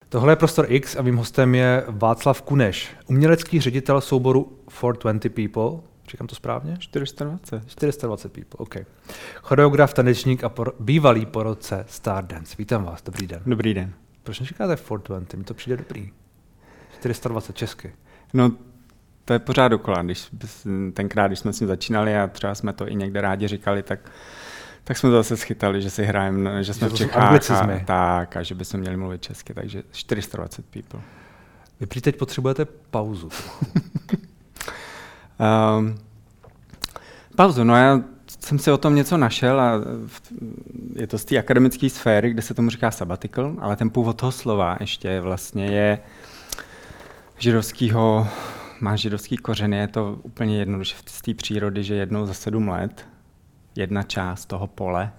Tohle je Prostor X a mým hostem je Václav Kuneš, umělecký ředitel souboru 420 People. Říkám to správně? 420 People, OK. Choreograf, tanečník a bývalý porotce Stardance. Vítám vás, dobrý den. Dobrý den. Proč neříkáte 420? Mi to přijde dobrý. 420 česky. No, to je pořád dokola. Tenkrát, když jsme s ním začínali a třeba jsme to i někde rádi říkali, tak jsme to zase schytali, že si hrajeme, že jsme v Čechách a že bychom měli mluvit česky, takže 420 People. Vy prý teď potřebujete pauzu. Pauzu, no já jsem si o tom něco našel a je to z té akademické sféry, kde se tomu říká sabbatical, ale ten původ toho slova ještě vlastně je má židovský kořeny, je to úplně jednoduše z té přírody, že jednou za 7 let jedna část toho pole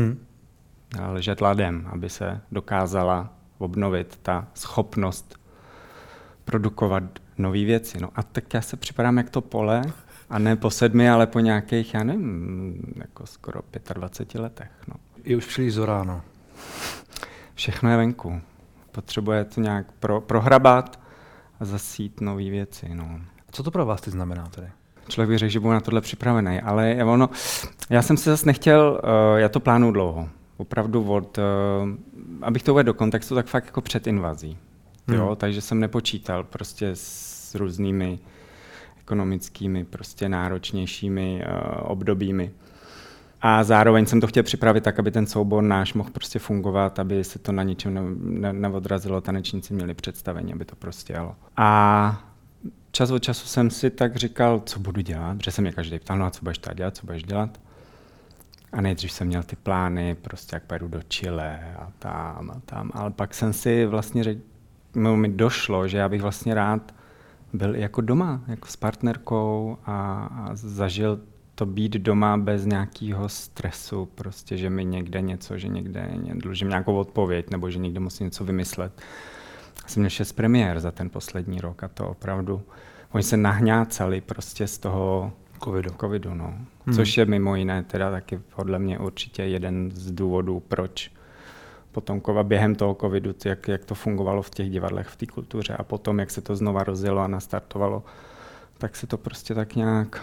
ležet ladem, aby se dokázala obnovit ta schopnost produkovat nové věci. No a tak já se připadám jak to pole, a ne po 7, ale po nějakých, já nevím, jako skoro 25 letech. No. Je už příliš zoráno. Všechno je venku. Potřebuje to nějak prohrabat a zasít nové věci. No. A co to pro vás teď znamená tedy? Člověk by řekl, že budu na tohle připravený, ale já jsem si zase nechtěl, já to plánuju dlouho. Opravdu abych to uvedl do kontextu, tak fakt jako před invazí. Jo? Takže jsem nepočítal prostě s různými ekonomickými, prostě náročnějšími obdobími. A zároveň jsem to chtěl připravit tak, aby ten soubor náš mohl prostě fungovat, aby se to na ničem neodrazilo, tanečníci měli představení, aby to prostě jelo. A čas od času jsem si tak říkal, co budu dělat, protože se mě každý ptal, no a co budeš dělat, co budeš dělat. A nejdřív jsem měl ty plány, prostě jak pojedu do Chile a tam, ale pak jsem si vlastně řekl, mi došlo, že já bych vlastně rád byl jako doma, jako s partnerkou a zažil to být doma bez nějakého stresu, prostě, že mi někde něco, že někde dlužím nějakou odpověď, nebo že někde musím něco vymyslet. Jsem měl 6 premiér za ten poslední rok a to opravdu, oni se nahňácali prostě z toho covidu no. Což je mimo jiné teda taky podle mě určitě jeden z důvodů, proč potom během toho covidu, jak to fungovalo v těch divadlech, v té kultuře a potom, jak se to znova rozjelo a nastartovalo, tak se to prostě tak nějak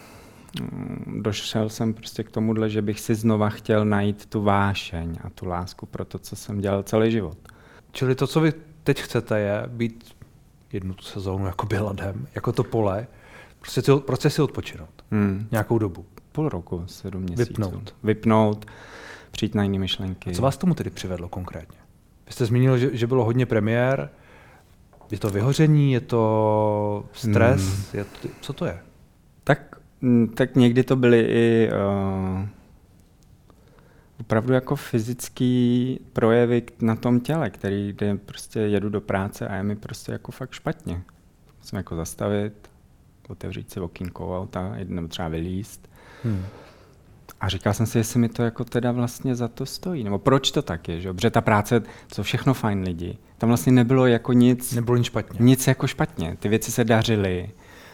došel jsem prostě k tomuhle, že bych si znova chtěl najít tu vášeň a tu lásku pro to, co jsem dělal celý život. Čili to, co vy teď chcete, je být jednu tu sezónu jako ladem, jako to pole, prostě si odpočinout nějakou dobu. Půl roku, 7 měsíců. Vypnout, přijít na jiné myšlenky. A co vás tomu tedy přivedlo konkrétně? Vy jste zmínil, že bylo hodně premiér. Je to vyhoření, je to stres? Co to je? Tak někdy to byly i opravdu jako fyzický projevy na tom těle, kde prostě jedu do práce a je mi prostě jako fakt špatně. Musím jako zastavit, otevřít si okýnko auta, nebo třeba vylízt. A říkal jsem si, jestli mi to jako teda vlastně za to stojí, nebo proč to tak je, že? Protože ta práce, jsou všechno fajn lidi, tam vlastně nebylo jako nic. Nebylo nic špatně. Nic jako špatně, ty věci se dařily,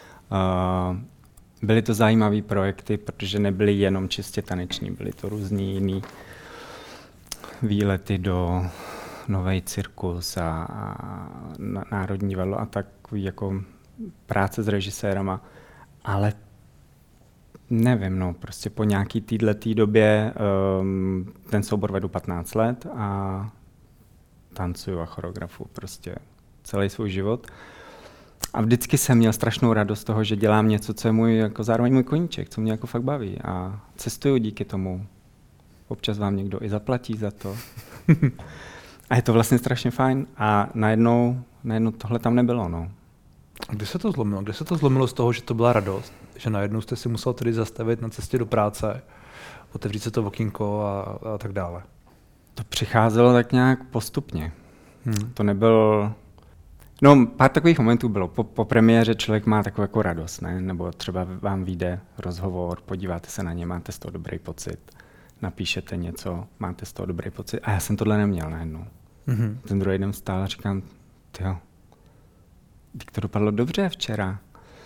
byly to zajímavé projekty, protože nebyly jenom čistě taneční, byly to různý jiný výlety do Nový cirkus a Národní divadlo a takový jako práce s režisérama, ale nevím, no, prostě po nějaký této době ten soubor vedu 15 let a tancuju a choreografuju prostě celý svůj život. A vždycky jsem měl strašnou radost z toho, že dělám něco, co je můj, jako zároveň můj koníček, co mě jako fakt baví a cestuju díky tomu. Občas vám někdo i zaplatí za to. A je to vlastně strašně fajn a najednou tohle tam nebylo, no. Kde se to zlomilo? Kde se to zlomilo z toho, že to byla radost? Že najednou jste si musel tedy zastavit na cestě do práce, otevřít se to okýnko a tak dále? To přicházelo tak nějak postupně. To nebyl... No, pár takových momentů bylo. Po premiéře člověk má takovou jako radost, ne? Nebo třeba vám vyjde rozhovor, podíváte se na ně, máte z toho dobrý pocit, napíšete něco, máte z toho dobrý pocit. A já jsem tohle neměl najednou. Ten druhý den vstál a říkám, tyjo, to dopadlo dobře včera.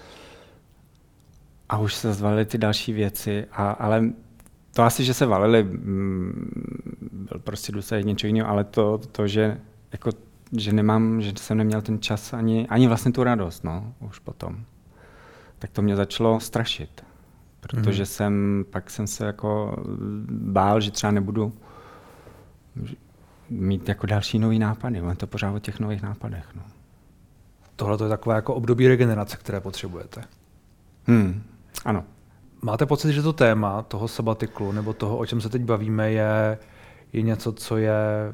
A už se zvalily ty další věci, ale to asi, že se valily, byl prostě důsledek něčeho jiného, ale to, že jako že jsem neměl ten čas ani vlastně tu radost, no, už potom. Tak to mě začalo strašit, protože pak jsem se jako bál, že třeba nebudu mít jako další nový nápady, mám to pořád o těch nových nápadech, no. Tohle to je takové jako období regenerace, které potřebujete. Ano. Máte pocit, že to téma toho sabatiklu, nebo toho, o čem se teď bavíme, je něco, co je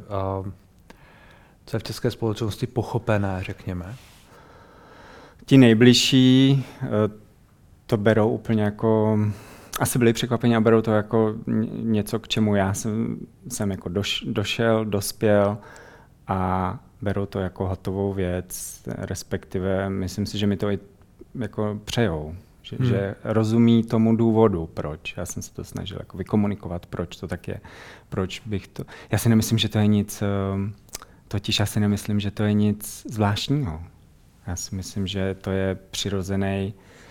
v české společnosti pochopené, řekněme? Ti nejbližší to berou úplně jako, asi byli překvapeni a berou to jako něco, k čemu já jsem jako došel, dospěl a berou to jako hotovou věc, respektive myslím si, že mi to i jako přejou. Že rozumí tomu důvodu, proč. Já jsem se to snažil jako vykomunikovat, proč to tak je. Proč bych to... Já si nemyslím, že to je nic... já si nemyslím, že to je nic zvláštního. Já si myslím, že to je přirozený...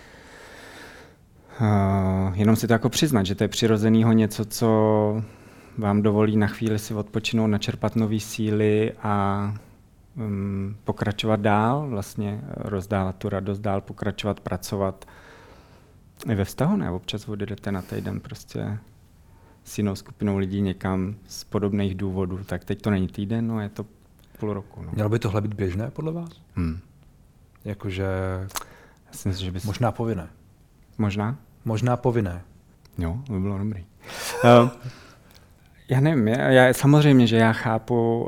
jenom si to jako přiznat, že to je přirozenýho něco, co vám dovolí na chvíli si odpočinout, načerpat nový síly a pokračovat dál, vlastně rozdávat tu radost dál, pokračovat, pracovat. I ve vztahu, ne? Občas odjedete na týden prostě s jinou skupinou lidí někam z podobných důvodů, tak teď to není týden, no je to půl roku. No. Mělo by tohle být běžné podle vás? Jakože možná povinné. Možná? Možná povinné. Jo, to by bylo dobrý. Já nevím, já samozřejmě, že já chápu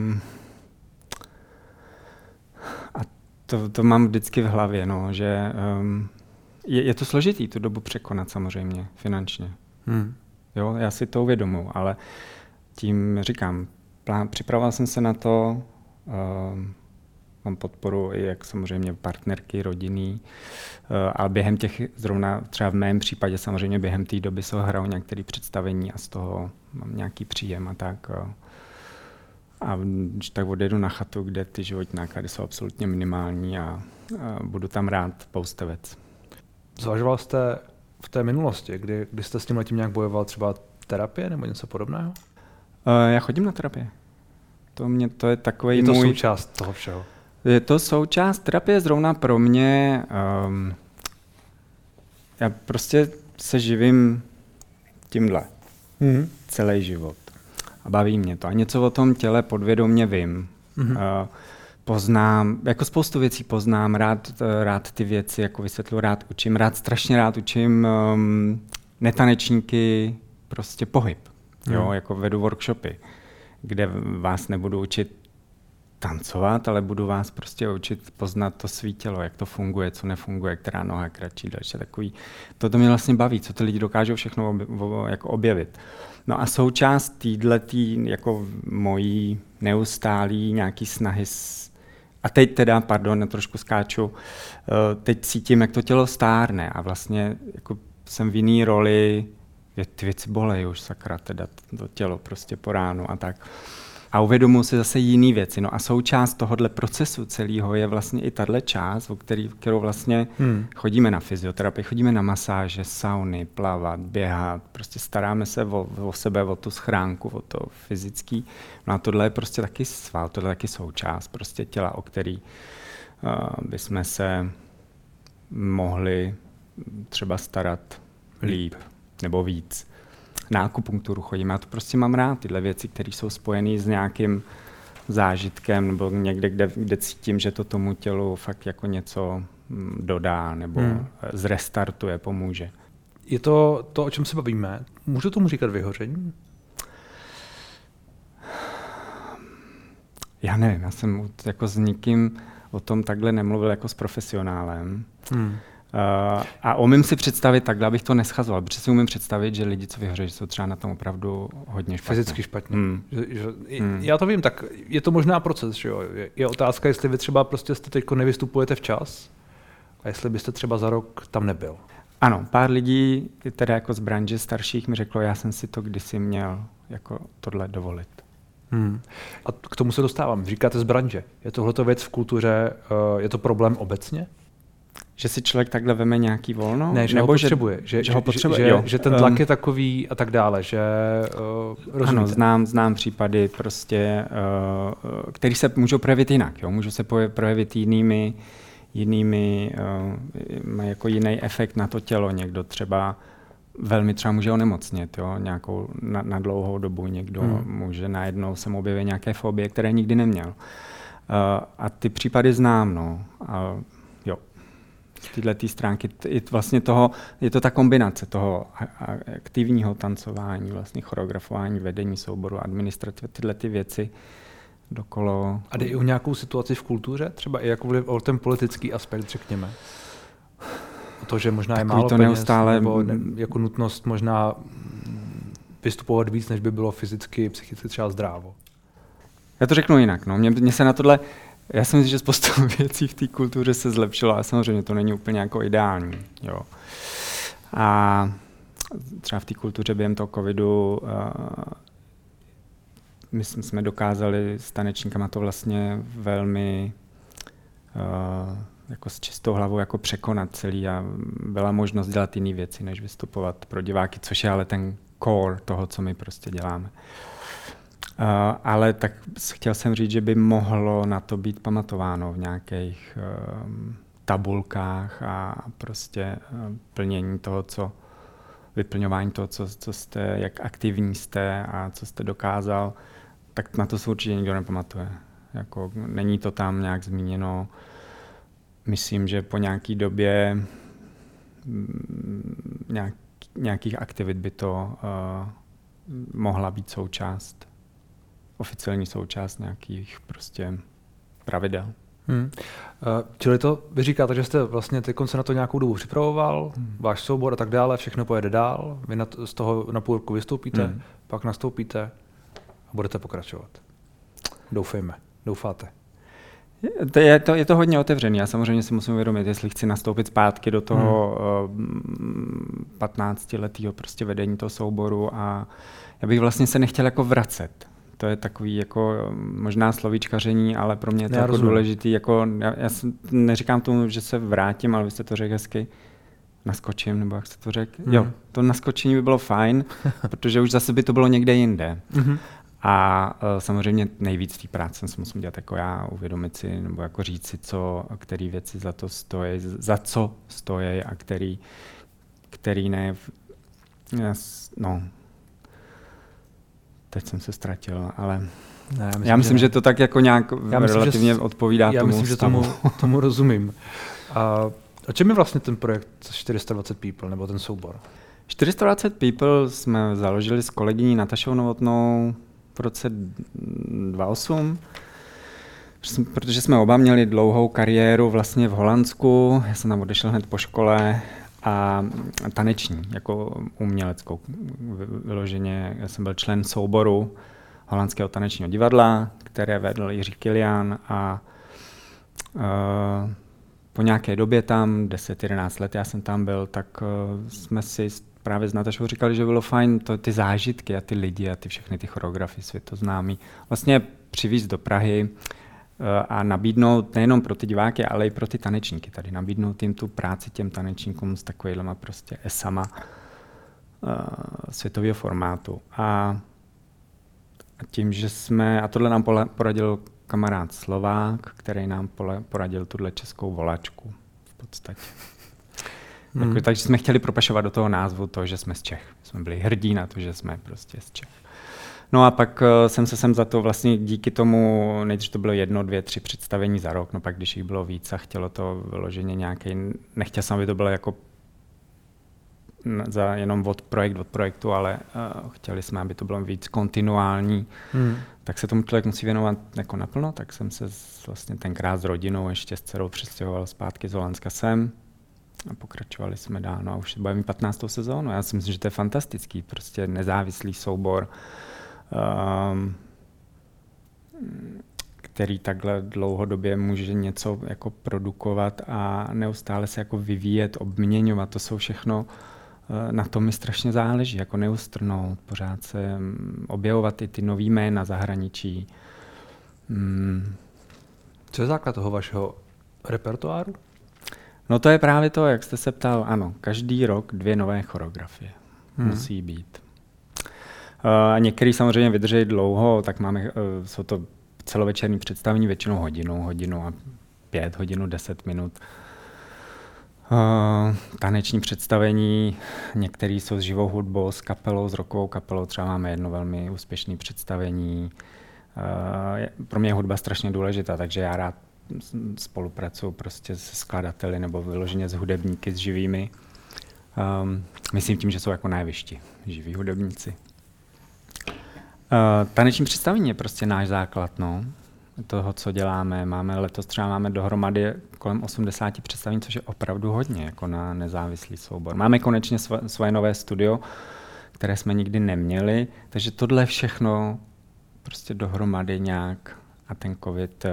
a to mám vždycky v hlavě, no, že je to složitý tu dobu překonat samozřejmě finančně. Jo, já si to uvědomuji, ale tím říkám, připravoval jsem se na to, mám podporu i jak samozřejmě partnerky, rodinný, ale během těch, zrovna třeba v mém případě samozřejmě během té doby se hrajou některé představení a z toho mám nějaký příjem a tak. A když tak odjedu na chatu, kde ty životní náklady jsou absolutně minimální a budu tam rád poustevec. Zvažoval jste v té minulosti, kdy jste s tím nějak bojoval, třeba terapie nebo něco podobného? Já chodím na terapii. To je takovej je to součást toho všeho? Je to součást terapie zrovna pro mě. Já prostě se živím tímhle celý život. A baví mě to. A něco o tom těle podvědomě vím. Poznám, jako spoustu věcí poznám, rád ty věci jako vysvětluji, strašně rád učím netanečníky prostě pohyb. Jo, jako vedu workshopy, kde vás nebudu učit tancovat, ale budu vás prostě učit poznat to svý tělo, jak to funguje, co nefunguje, která noha je kratší, další takový. To mě vlastně baví, co ty lidi dokážou všechno jako objevit. No a součást týhletý jako mojí neustálý nějaký snahy a teď teda, pardon, trošku skáču, teď cítím, jak to tělo stárne a vlastně jako jsem v jiný roli, ty věci bolej už, sakra, teda to tělo prostě po ránu a tak. A uvědomuji si zase jiný věci. No a součást tohohle procesu celého je vlastně i tahle část, kterou vlastně chodíme na fyzioterapii, chodíme na masáže, sauny, plavat, běhat, prostě staráme se o sebe, o tu schránku, o to fyzický. No a tohle je prostě taky sval, tohle je taky součást prostě těla, o který bychom se mohli třeba starat líp nebo víc. Na akupunkturu chodím, já to prostě mám rád, tyhle věci, které jsou spojené s nějakým zážitkem nebo někde, kde cítím, že to tomu tělu fakt jako něco dodá nebo zrestartuje, pomůže. Je to, o čem se bavíme, můžu tomu říkat vyhoření? Já nevím, já jsem jako s nikým o tom takhle nemluvil jako s profesionálem. A umím si představit takhle, abych to neschazoval, protože si umím představit, že lidi, co vyhoří, jsou třeba na tom opravdu hodně špatně. Fyzicky špatně. Já to vím, tak je to možná proces, že jo? Je otázka, jestli vy třeba prostě jste teď nevystupujete včas a jestli byste třeba za rok tam nebyl. Ano, pár lidí, teda jako z branže starších, mi řeklo, já jsem si to kdysi měl jako tohle dovolit. A k tomu se dostávám. Říkáte z branže. Je tohleto věc v kultuře, je to problém obecně? Že si člověk takhle veme nějaký volno? Ne, že nebo ho potřebuje. Že ho potřebuje, že ten tlak je takový a tak dále, že rozumíte. Ano, znám případy prostě, který se můžou projevit jinak. Jo? Můžou se projevit jinými má jako jiný efekt na to tělo. Někdo třeba velmi třeba může onemocnit, jo? Nějakou na dlouhou dobu. Někdo může najednou se mu objevit nějaké fobie, které nikdy neměl. A ty případy znám, no. Jo. Tyhle stránky, vlastně toho, je to ta kombinace toho aktivního tancování, vlastně choreografování, vedení souboru, administrativy, tyhle ty věci dokolo. A jde i o nějakou situaci v kultuře? Třeba i jako o ten politický aspekt, řekněme? O to, že možná je málo peněz, neustále, nebo jako nutnost možná vystupovat víc, než by bylo fyzicky, psychicky třeba zdrávo? Já to řeknu jinak. No. Mně se na tohle, já si myslím, že spoustu věcí v té kultuře se zlepšilo a samozřejmě to není úplně jako ideální. Jo. A třeba v té kultuře během toho covidu my jsme dokázali s tanečníkama to vlastně velmi jako s čistou hlavou jako překonat celý a byla možnost dělat jiné věci, než vystupovat pro diváky, což je ale ten core toho, co my prostě děláme. Ale tak chtěl jsem říct, že by mohlo na to být pamatováno v nějakých tabulkách a prostě plnění toho, vyplňování toho, co jste, jak aktivní jste a co jste dokázal, tak na to se určitě nikdo nepamatuje. Jako, není to tam nějak zmíněno. Myslím, že po nějaké době nějakých aktivit by to mohla být oficiální součást nějakých prostě pravidel. Čili to vy říkáte, že jste vlastně se na to nějakou dobu připravoval, váš soubor a tak dále, všechno pojede dál, vy z toho na půlku vystoupíte, pak nastoupíte a budete pokračovat. Doufáte. Je to hodně otevřený. Já samozřejmě si musím uvědomit, jestli chci nastoupit zpátky do toho 15letého prostě vedení toho souboru a já bych vlastně se nechtěl jako vracet. To je takový jako možná slovíčkaření, ale pro mě je to jako důležitý. Jako, já neříkám tomu, že se vrátím, ale vy jste to řekl hezky, naskočím, nebo jak jste to řekl. Jo, to naskočení by bylo fajn, protože už zase by to bylo někde jinde. A samozřejmě nejvíc té práce se musím dělat jako já, uvědomit si, nebo jako říct si, který věci za to stojí, za co stojí a který ne. No, teď jsem se ztratil, ale ne, já myslím, že to tak jako nějak relativně odpovídá tomu. Já myslím, že tomu rozumím. A čem je vlastně ten projekt 420 People, nebo ten soubor? 420 People jsme založili s kolegyní Natašou Novotnou v roce 2008, protože jsme oba měli dlouhou kariéru vlastně v Holandsku. Já jsem tam odešel hned po škole a taneční, jako uměleckou. Vyloženě, já jsem byl člen souboru Holandského tanečního divadla, které vedl Jiří Kilian a po nějaké době tam, 10-11 let já jsem tam byl, tak jsme si právě s Natašou říkali, že bylo fajn ty zážitky a ty lidi a ty všechny ty choreografie světoznámí vlastně přivízt do Prahy a nabídnout nejenom pro ty diváky, ale i pro ty tanečníky tady, nabídnout jim tu práci těm tanečníkům s takovýhlema prostě esama světového formátu. A tím, že a tohle nám poradil kamarád Slovák, který nám poradil tuhle českou volačku v podstatě. Takže jsme chtěli propašovat do toho názvu to, že jsme z Čech. Jsme byli hrdí na to, že jsme prostě z Čech. No a pak jsem se sem za to vlastně díky tomu, nejdřív to bylo 1, 2, 3 představení za rok, no pak když jich bylo víc a chtělo to vyloženě nějaký, nechtěl jsem, aby to bylo jako jenom projekt od projektu, ale chtěli jsme, aby to bylo víc kontinuální, tak se tomu člověk musí věnovat jako naplno, tak jsem se vlastně tenkrát s rodinou ještě s dcerou přestěhoval zpátky z Holandska sem a pokračovali jsme dál, no a už se bavíme 15. sezónu. Já si myslím, že to je fantastický, prostě nezávislý soubor, který takhle dlouhodobě může něco jako produkovat a neustále se jako vyvíjet, obměňovat, to jsou všechno, na tom mi strašně záleží, jako neustrnout, pořád se objevovat i ty nový jména zahraničí. Co je základ toho vašeho repertoáru? No to je právě to, jak jste se ptal, ano, každý rok 2 nové choreografie musí být. A některý samozřejmě vydrží dlouho, tak máme, jsou to celovečerní představení, většinou hodinu a 5, hodinu 10 minut. Taneční představení, některé jsou s živou hudbou, s kapelou, s rockovou kapelou, třeba máme jedno velmi úspěšné představení. Pro mě je hudba strašně důležitá, takže já rád spolupracuji prostě se skladateli nebo vyloženě s hudebníky, s živými. Myslím tím, že jsou jako najvyšší živí hudebníci. Taneční představení je prostě náš základ, no, toho, co děláme. Letos třeba máme dohromady kolem 80 představení, což je opravdu hodně, jako na nezávislý soubor. Máme konečně svoje nové studio, které jsme nikdy neměli, takže tohle všechno prostě dohromady nějak a ten covid,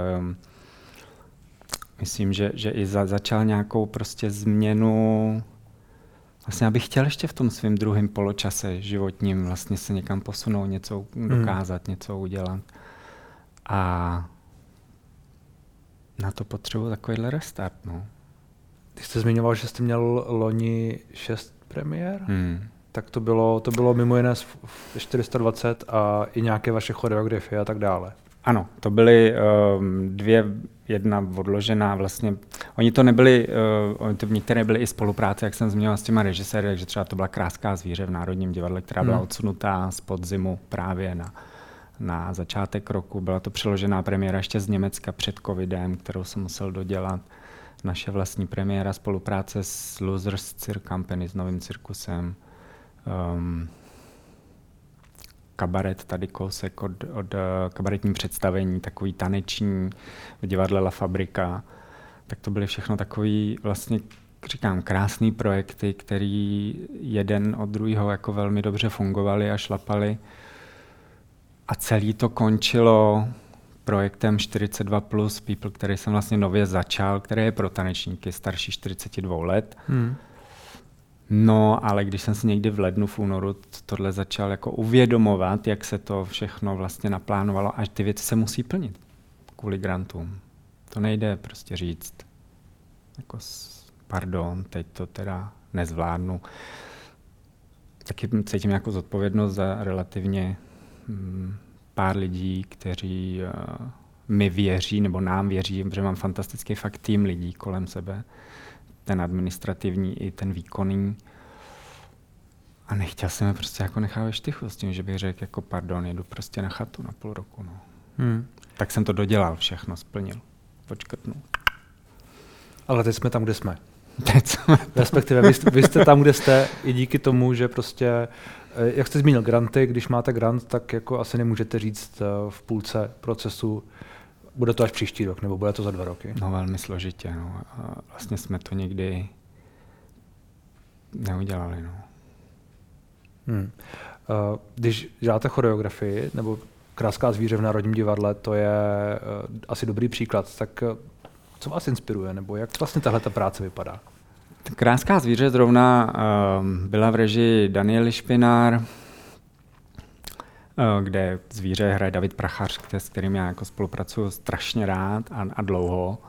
myslím, že i začal nějakou prostě změnu. Vlastně já bych chtěl ještě v tom svém druhém poločase životním vlastně se někam posunout, něco dokázat, něco udělat. A na to potřebuji takovýhle restart. No. Ty jste zmiňoval, že jste měl loni 6 premiér, tak to bylo mimo jiné 420 a i nějaké vaše choreografie a tak dále. Ano, to byly 2, jedna odložená vlastně. Oni to nebyly, některé byly i spolupráce, jak jsem zmínil s těma režiséry, takže třeba to byla Kráská zvíře v Národním divadle, která byla odsunutá z podzimu právě na začátek roku. Byla to přeložená premiéra ještě z Německa před covidem, kterou jsem musel dodělat. Naše vlastní premiéra, spolupráce s Losers Cirque Company, s novým cirkusem. Kabaret tady kousek od kabaretní představení, takový taneční v divadle La Fabrika. Tak to byly všechno takový vlastně, říkám, krásný projekty, který jeden od druhého jako velmi dobře fungovaly a šlapaly. A celý to končilo projektem 42 plus People, který jsem vlastně nově začal, který je pro tanečníky starší 42 let. No, ale když jsem si někdy v lednu, v únoru tohle začal jako uvědomovat, jak se to všechno vlastně naplánovalo, až ty věci se musí plnit kvůli grantům. To nejde prostě říct, jako pardon, teď to teda nezvládnu. Taky cítím jako zodpovědnost za relativně pár lidí, kteří mi věří, nebo nám věří, protože mám fantastický fakt tým lidí kolem sebe. Ten administrativní i ten výkonný. A nechtěl jsem je prostě jako nechat ve štychu s tím, že bych řekl jako pardon, jedu prostě na chatu na půl roku. No. Tak jsem to dodělal všechno, splnil, počkrtnul. Ale teď jsme tam, kde jsme. Respektive vy jste tam, kde jste i díky tomu, že prostě, jak jste zmínil granty, když máte grant, tak jako asi nemůžete říct v půlce procesu, bude to až příští rok, nebo bude to za 2 roky? No velmi složitě. No. Vlastně jsme to nikdy neudělali. No. Když děláte choreografii, nebo Kráská zvíře v Národním divadle, to je asi dobrý příklad, tak co vás inspiruje, nebo jak vlastně tahle práce vypadá? Kráská zvíře zrovna byla v režii Daniely Špinár, kde zvíře hraje David Prachař, s kterým já jako spolupracuju strašně rád a dlouho.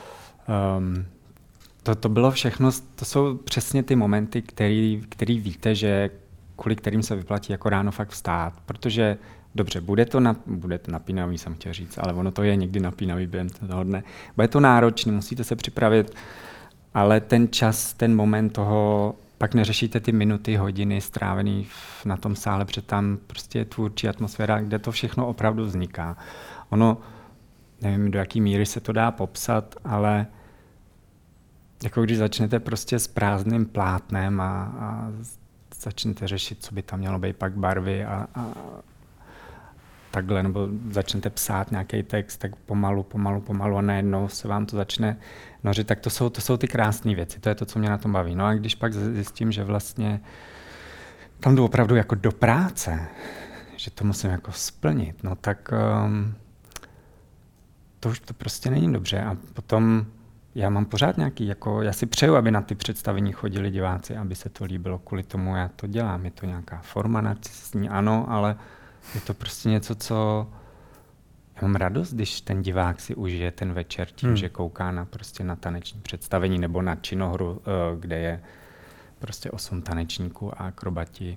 To bylo všechno, to jsou přesně ty momenty, který víte, že kvůli kterým se vyplatí jako ráno fakt vstát, protože dobře, bude to napínavý, jsem chtěl říct, ale ono to je někdy napínavý během toho dne. Bude to náročný, musíte se připravit, ale ten čas, ten moment toho, pak neřešíte ty minuty, hodiny strávený na tom sále, protože tam prostě je tvůrčí atmosféra, kde to všechno opravdu vzniká. Ono, nevím, do jaký míry se to dá popsat, ale jako když začnete prostě s prázdným plátnem a začnete řešit, co by tam mělo být pak barvy a takhle, nebo začnete psát nějaký text, tak pomalu a najednou se vám to začne nořit, tak to jsou ty krásné věci, to je to, co mě na tom baví. No a když pak zjistím, že vlastně tam jdu opravdu jako do práce, že to musím jako splnit, no tak to už to prostě není dobře a potom já mám pořád nějaký, jako já si přeju, aby na ty představení chodili diváci, aby se to líbilo, kvůli tomu já to dělám, je to nějaká forma narcisní, ano, ale je to prostě něco, co mám radost, když ten divák si užije ten večer tím, že kouká na taneční představení nebo na činohru, kde je prostě 8 tanečníků a akrobati.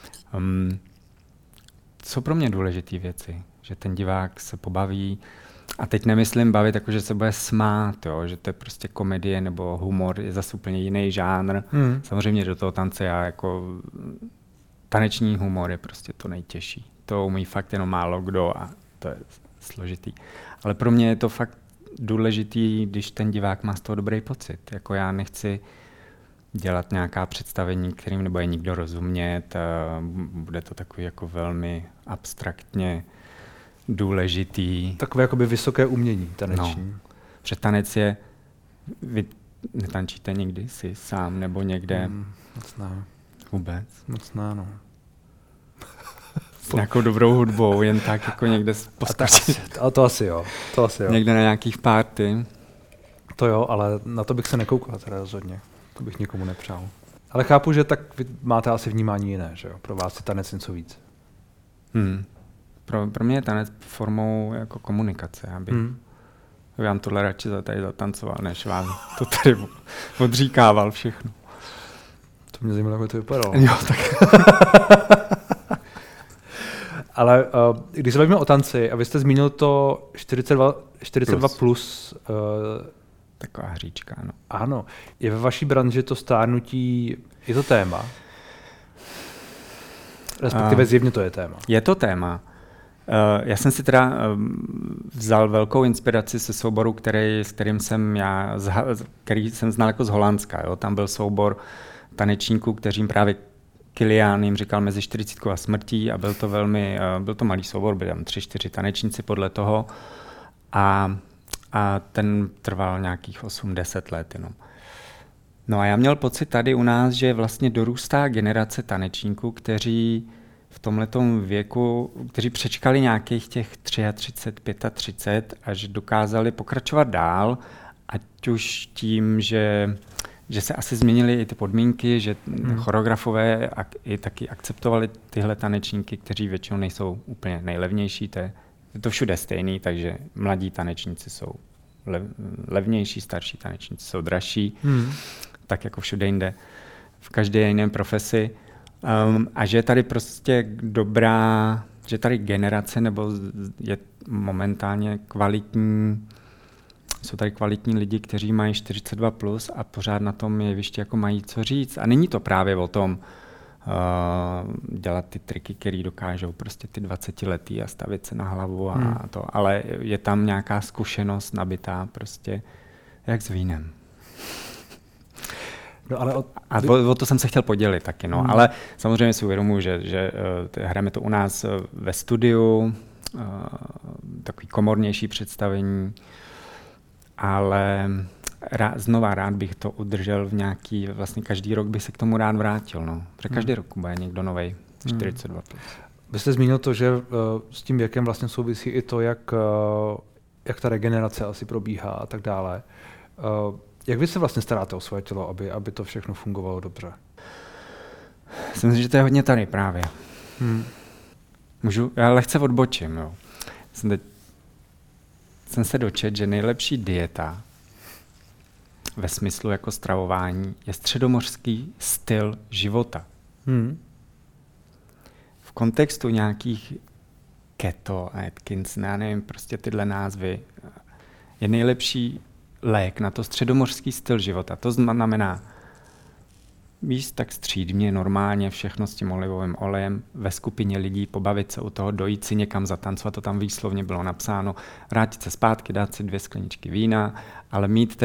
Jsou pro mě důležité věci, že ten divák se pobaví, a teď nemyslím bavit, jako že se bude smát, jo, že to je prostě komedie nebo humor, je zase úplně jiný žánr. Samozřejmě do toho tance taneční humor je prostě to nejtěžší. To umí fakt jenom málo kdo a to je složitý. Ale pro mě je to fakt důležitý, když ten divák má z toho dobrý pocit. Jako já nechci dělat nějaká představení, kterým nebude nikdo rozumět. Bude to takový jako velmi abstraktně důležitý. Takové jakoby vysoké umění taneční. No. Že tanec je... Vy netančíte nikdy si sám nebo někde? Moc ne. Vůbec? Moc ne, no. S nějakou dobrou hudbou, jen tak jako někde postačí. Ale to asi jo. Někde na nějakých party. To jo, ale na to bych se nekoukal teda rozhodně. To bych nikomu nepřál. Ale chápu, že tak vy máte asi vnímání jiné, že jo? Pro vás je tanec něco víc. Pro mě je tanec formou jako komunikace. Já vám tohle radši tady zatancoval, než vám to tady odříkával všechno. To mě zajímalo, jak to vypadalo. Jo, tak. Ale když se bavíme o tanci, a vy jste zmínil to 42 plus. Taková hříčka, ano. Ano. Je ve vaší branži to stárnutí, je to téma? Respektive zjevně to je téma. Je to téma. Já jsem si teda vzal velkou inspiraci ze souboru, který jsem znal jako z Holandska. Jo? Tam byl soubor tanečníků, kteřím právě Kilian jim říkal mezi 40 a smrtí a byl to malý soubor, byli tam 3-4 tanečníci podle toho a ten trval nějakých 8-10 let jenom. No a já měl pocit tady u nás, že vlastně dorůstá generace tanečníků, kteří v tomhletom věku, kteří přečkali nějakých těch 33, 35 a že dokázali pokračovat dál, ať už tím, že se asi změnily i ty podmínky, že choreografové i taky akceptovali tyhle tanečníky, kteří většinou nejsou úplně nejlevnější, je to všude stejný, takže mladí tanečníci jsou levnější, starší tanečníci jsou dražší, tak jako všude jinde, v každé jiné profesi. A že je tady prostě že tady generace, nebo je momentálně jsou tady kvalitní lidi, kteří mají 42 plus a pořád na tom jevišti jako mají co říct. A není to právě o tom dělat ty triky, které dokážou prostě ty 20letý a stavit se na hlavu a to, ale je tam nějaká zkušenost nabitá prostě jak s vínem. No, ale o to jsem se chtěl podělit taky, no. Ale samozřejmě si uvědomuji, že hrajeme to u nás ve studiu, takový komornější představení, ale znova rád bych to udržel v nějaký, vlastně každý rok bych se k tomu rád vrátil, no. Protože každý rok bude někdo novej, 42 plus. Vy jste zmínil to, že s tím věkem vlastně souvisí i to, jak ta regenerace asi probíhá a tak dále. Jak vy se vlastně staráte o svoje tělo, aby to všechno fungovalo dobře? Myslím si, že to je hodně tady právě. Já lehce odbočím. Jo. Jsem se dočetl, že nejlepší dieta ve smyslu jako stravování je středomořský styl života. V kontextu nějakých keto, Atkins, já nevím, prostě tyhle názvy, je nejlepší lék na to středomořský styl života. To znamená jíst tak střídmě, normálně, všechno s tím olivovým olejem, ve skupině lidí, pobavit se u toho, dojít si někam zatancovat, to tam výslovně bylo napsáno, vrátit se zpátky, dát si 2 skleničky vína, ale mít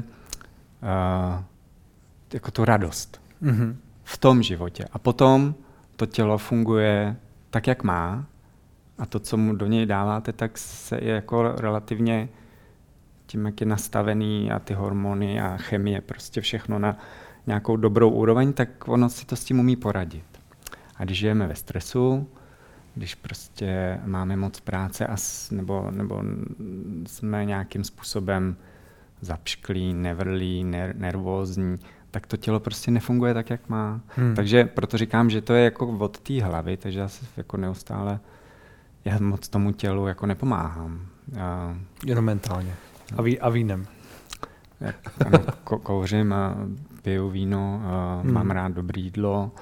jako tu radost v tom životě. A potom to tělo funguje tak, jak má a to, co mu do něj dáváte, tak se je jako relativně tím, jak je nastavený a ty hormony a chemie, prostě všechno na nějakou dobrou úroveň, tak ono si to s tím umí poradit. A když žijeme ve stresu, když prostě máme moc práce nebo jsme nějakým způsobem zapšklí, nevrlí, nervózní, tak to tělo prostě nefunguje tak, jak má. Takže proto říkám, že to je jako od té hlavy, takže já se jako neustále já moc tomu tělu jako nepomáhám. Jenom mentálně. A vínem. Kouřím a piju víno, mám rád dobré jídlo,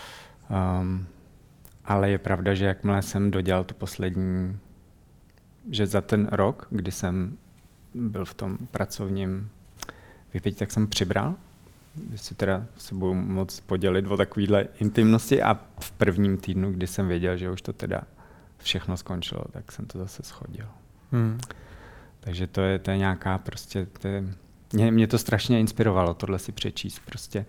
ale je pravda, že jakmile jsem dodělal tu poslední, že za ten rok, kdy jsem byl v tom pracovním vypětí, tak jsem přibral, jestli teda se budu moc podělit o takovýhle intimnosti a v prvním týdnu, kdy jsem věděl, že už to teda všechno skončilo, tak jsem to zase schodil. Takže to je nějaká prostě, mě to strašně inspirovalo, tohle si přečíst prostě,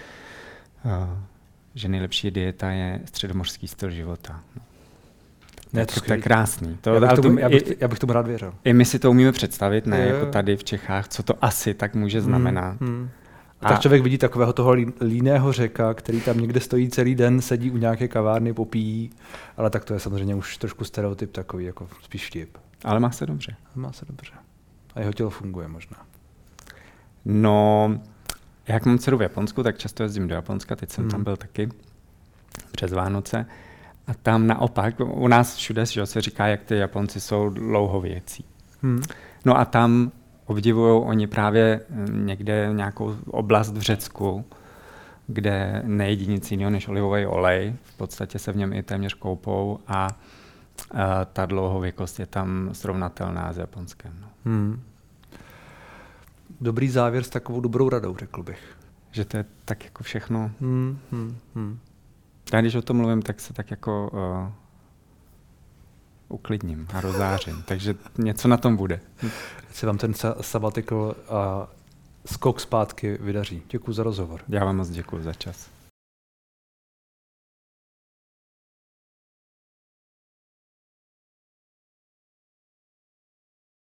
že nejlepší dieta je středomořský styl života. Ne, to je krásný. Já bych tomu rád věřil. I my si to umíme představit, ne jako tady v Čechách, co to asi tak může znamenat. A tak člověk vidí takového toho líného Řeka, který tam někde stojí celý den, sedí u nějaké kavárny, popíjí, ale tak to je samozřejmě už trošku stereotyp takový, jako spíš vtip. Ale má se dobře. A jeho tělo funguje možná. No, jak mám dceru v Japonsku, tak často jezdím do Japonska, teď jsem tam byl taky přes Vánoce. A tam naopak, u nás všude že se říká, jak ty Japonci jsou dlouhověcí. No a tam obdivují oni právě někde nějakou oblast v Řecku, kde nejedí nic jiného než olivový olej. V podstatě se v něm i téměř koupou a ta dlouhověkost je tam srovnatelná s Japonskem. No. Dobrý závěr s takovou dobrou radou, řekl bych. Že to je tak jako všechno. Já když o tom mluvím, tak se tak jako uklidním a rozářím. Takže něco na tom bude. Ať se vám ten sabbatical a skok zpátky vydaří. Děkuji za rozhovor. Já vám moc děkuji za čas.